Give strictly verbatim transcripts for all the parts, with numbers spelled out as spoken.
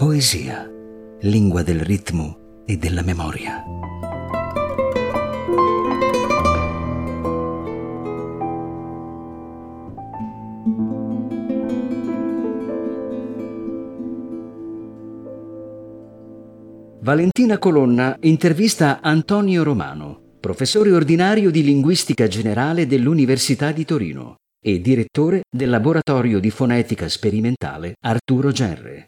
Poesia, lingua del ritmo e della memoria. Valentina Colonna intervista Antonio Romano, professore ordinario di linguistica generale dell'Università di Torino e direttore del laboratorio di fonetica sperimentale Arturo Genre.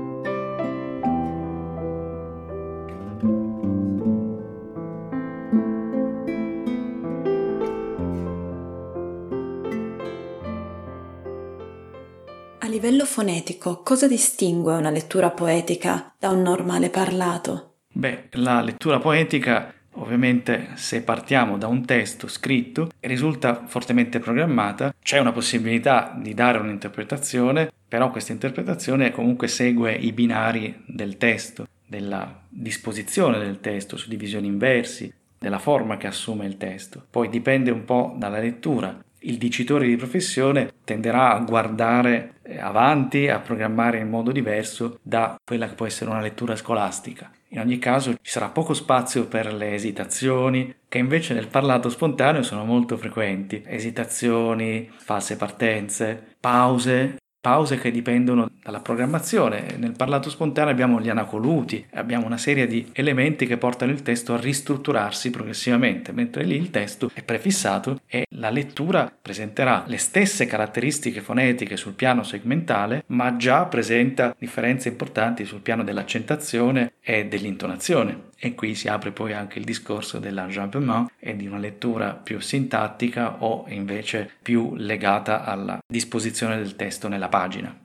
A livello fonetico, cosa distingue una lettura poetica da un normale parlato? Beh, la lettura poetica, ovviamente, se partiamo da un testo scritto, risulta fortemente programmata. C'è una possibilità di dare un'interpretazione, però questa interpretazione comunque segue i binari del testo, della disposizione del testo, suddivisioni in versi, della forma che assume il testo. Poi dipende un po' dalla lettura. Il dicitore di professione tenderà a guardare avanti, a programmare in modo diverso da quella che può essere una lettura scolastica. In ogni caso ci sarà poco spazio per le esitazioni, che invece nel parlato spontaneo sono molto frequenti. Esitazioni, false partenze, pause, pause che dipendono dalla programmazione. Nel parlato spontaneo abbiamo gli anacoluti, abbiamo una serie di elementi che portano il testo a ristrutturarsi progressivamente, mentre lì il testo è prefissato e la lettura presenterà le stesse caratteristiche fonetiche sul piano segmentale, ma già presenta differenze importanti sul piano dell'accentazione e dell'intonazione. E qui si apre poi anche il discorso dell'enjambement e di una lettura più sintattica o invece più legata alla disposizione del testo nella pagina.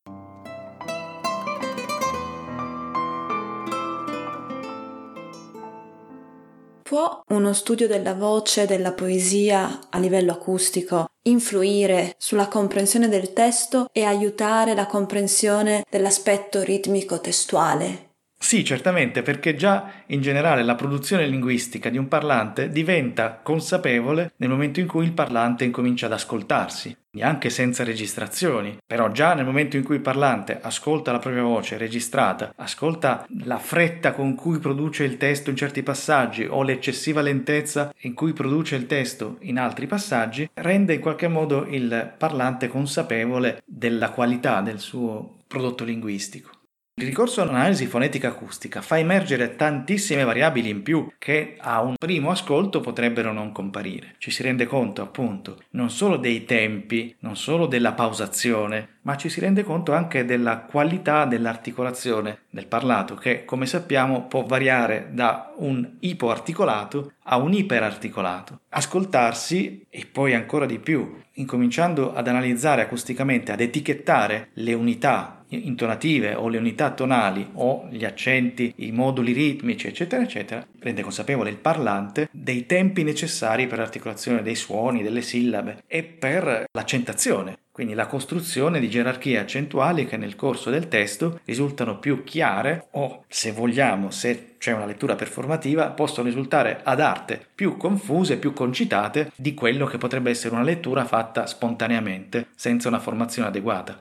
Può uno studio della voce e della poesia a livello acustico influire sulla comprensione del testo e aiutare la comprensione dell'aspetto ritmico testuale? Sì, certamente, perché già in generale la produzione linguistica di un parlante diventa consapevole nel momento in cui il parlante incomincia ad ascoltarsi, anche senza registrazioni. Però già nel momento in cui il parlante ascolta la propria voce registrata, ascolta la fretta con cui produce il testo in certi passaggi o l'eccessiva lentezza in cui produce il testo in altri passaggi, rende in qualche modo il parlante consapevole della qualità del suo prodotto linguistico. Il ricorso all'analisi fonetica acustica fa emergere tantissime variabili in più che a un primo ascolto potrebbero non comparire. Ci si rende conto, appunto, non solo dei tempi, non solo della pausazione, ma ci si rende conto anche della qualità dell'articolazione del parlato, che, come sappiamo, può variare da un ipoarticolato a un iperarticolato. Ascoltarsi, e poi ancora di più, incominciando ad analizzare acusticamente, ad etichettare le unità intonative o le unità tonali o gli accenti, i moduli ritmici, eccetera, eccetera, rende consapevole il parlante dei tempi necessari per l'articolazione dei suoni, delle sillabe e per l'accentazione. Quindi la costruzione di gerarchie accentuali che nel corso del testo risultano più chiare o, se vogliamo, se c'è una lettura performativa, possono risultare ad arte più confuse, più concitate di quello che potrebbe essere una lettura fatta spontaneamente, senza una formazione adeguata.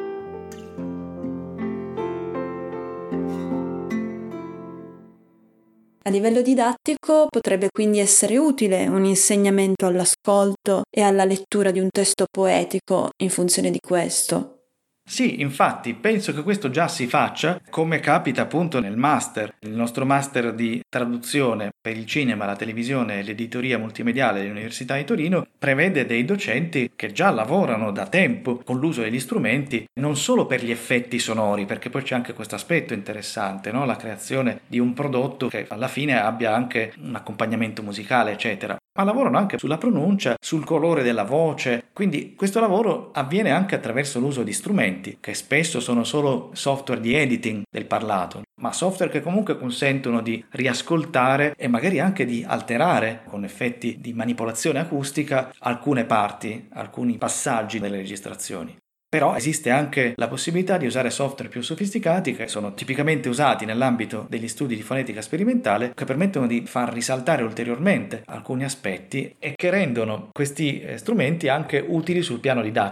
A livello didattico potrebbe quindi essere utile un insegnamento all'ascolto e alla lettura di un testo poetico in funzione di questo. Sì, infatti, penso che questo già si faccia, come capita appunto nel master. Il nostro master di traduzione per il cinema, la televisione e l'editoria multimediale dell'Università di Torino prevede dei docenti che già lavorano da tempo con l'uso degli strumenti, non solo per gli effetti sonori, perché poi c'è anche questo aspetto interessante, no? La creazione di un prodotto che alla fine abbia anche un accompagnamento musicale, eccetera. Ma lavorano anche sulla pronuncia, sul colore della voce, quindi questo lavoro avviene anche attraverso l'uso di strumenti, che spesso sono solo software di editing del parlato, ma software che comunque consentono di riascoltare e magari anche di alterare, con effetti di manipolazione acustica, alcune parti, alcuni passaggi delle registrazioni. Però esiste anche la possibilità di usare software più sofisticati che sono tipicamente usati nell'ambito degli studi di fonetica sperimentale, che permettono di far risaltare ulteriormente alcuni aspetti e che rendono questi strumenti anche utili sul piano didattico.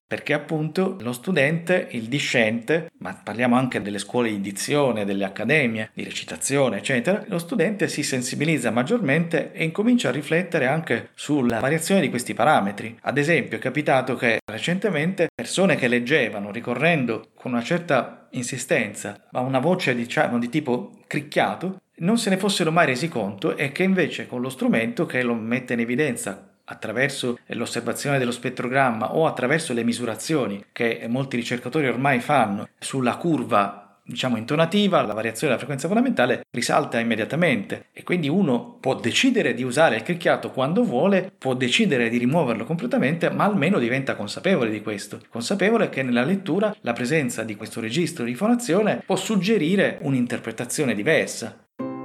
perché appunto lo studente, il discente, ma parliamo anche delle scuole di dizione, delle accademie di recitazione, eccetera, lo studente si sensibilizza maggiormente e incomincia a riflettere anche sulla variazione di questi parametri. Ad esempio, è capitato che recentemente persone che leggevano, ricorrendo con una certa insistenza a una voce, diciamo, di tipo cricchiato, non se ne fossero mai resi conto e che invece con lo strumento che lo mette in evidenza attraverso l'osservazione dello spettrogramma o attraverso le misurazioni che molti ricercatori ormai fanno sulla curva, diciamo, intonativa, la variazione della frequenza fondamentale risalta immediatamente e quindi uno può decidere di usare il cricchiato quando vuole, può decidere di rimuoverlo completamente, ma almeno diventa consapevole di questo, consapevole che nella lettura la presenza di questo registro di fonazione può suggerire un'interpretazione diversa.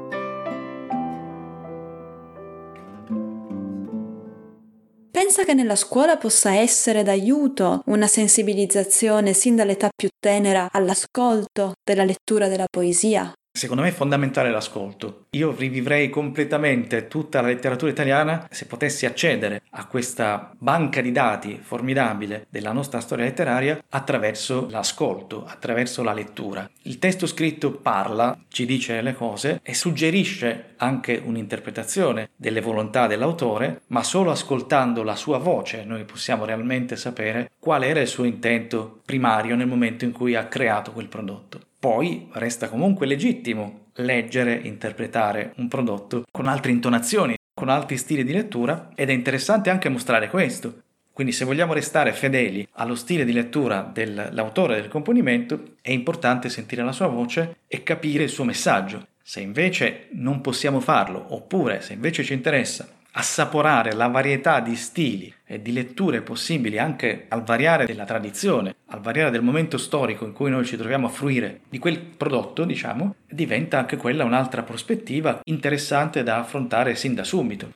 Pensa che nella scuola possa essere d'aiuto una sensibilizzazione sin dall'età più tenera all'ascolto della lettura della poesia? Secondo me è fondamentale l'ascolto. Io rivivrei completamente tutta la letteratura italiana se potessi accedere a questa banca di dati formidabile della nostra storia letteraria attraverso l'ascolto, attraverso la lettura. Il testo scritto parla, ci dice le cose e suggerisce anche un'interpretazione delle volontà dell'autore, ma solo ascoltando la sua voce noi possiamo realmente sapere qual era il suo intento primario nel momento in cui ha creato quel prodotto. Poi resta comunque legittimo leggere, interpretare un prodotto con altre intonazioni, con altri stili di lettura ed è interessante anche mostrare questo. Quindi se vogliamo restare fedeli allo stile di lettura dell'autore del componimento è importante sentire la sua voce e capire il suo messaggio. Se invece non possiamo farlo, oppure se invece ci interessa assaporare la varietà di stili e di letture possibili anche al variare della tradizione, al variare del momento storico in cui noi ci troviamo a fruire di quel prodotto, diciamo, diventa anche quella un'altra prospettiva interessante da affrontare sin da subito.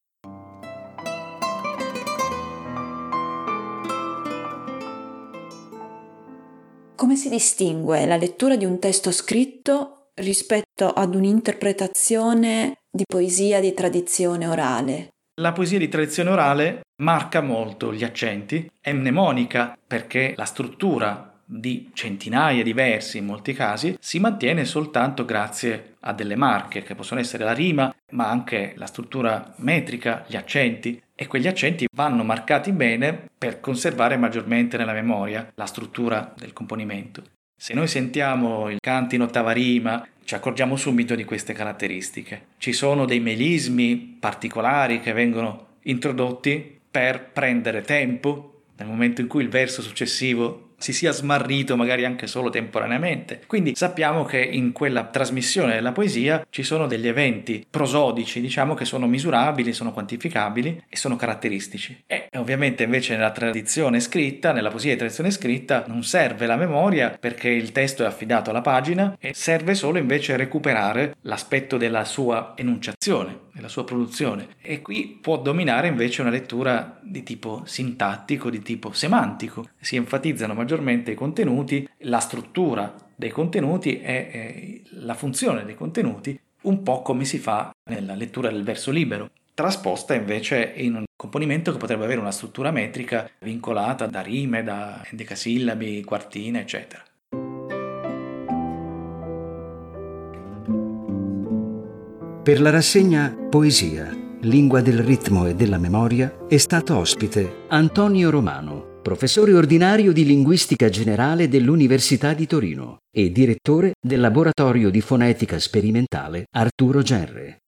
Come si distingue la lettura di un testo scritto rispetto ad un'interpretazione di poesia di tradizione orale? La poesia di tradizione orale marca molto gli accenti, è mnemonica perché la struttura di centinaia di versi in molti casi si mantiene soltanto grazie a delle marche che possono essere la rima, ma anche la struttura metrica, gli accenti, e quegli accenti vanno marcati bene per conservare maggiormente nella memoria la struttura del componimento. Se noi sentiamo il canto in ottava rima, ci accorgiamo subito di queste caratteristiche. Ci sono dei melismi particolari che vengono introdotti per prendere tempo nel momento in cui il verso successivo si sia smarrito magari anche solo temporaneamente. Quindi sappiamo che in quella trasmissione della poesia ci sono degli eventi prosodici, diciamo, che sono misurabili, sono quantificabili e sono caratteristici. E ovviamente invece nella tradizione scritta, nella poesia di tradizione scritta, non serve la memoria perché il testo è affidato alla pagina e serve solo invece recuperare l'aspetto della sua enunciazione, della sua produzione. E qui può dominare invece una lettura di tipo sintattico, di tipo semantico. Si enfatizzano maggiormente i contenuti, la struttura dei contenuti e eh, la funzione dei contenuti, un po' come si fa nella lettura del verso libero, trasposta invece in un componimento che potrebbe avere una struttura metrica vincolata da rime, da endecasillabi, quartine, eccetera. Per la rassegna Poesia, lingua del ritmo e della memoria, è stato ospite Antonio Romano, professore ordinario di linguistica generale dell'Università di Torino e direttore del laboratorio di fonetica sperimentale Arturo Genre.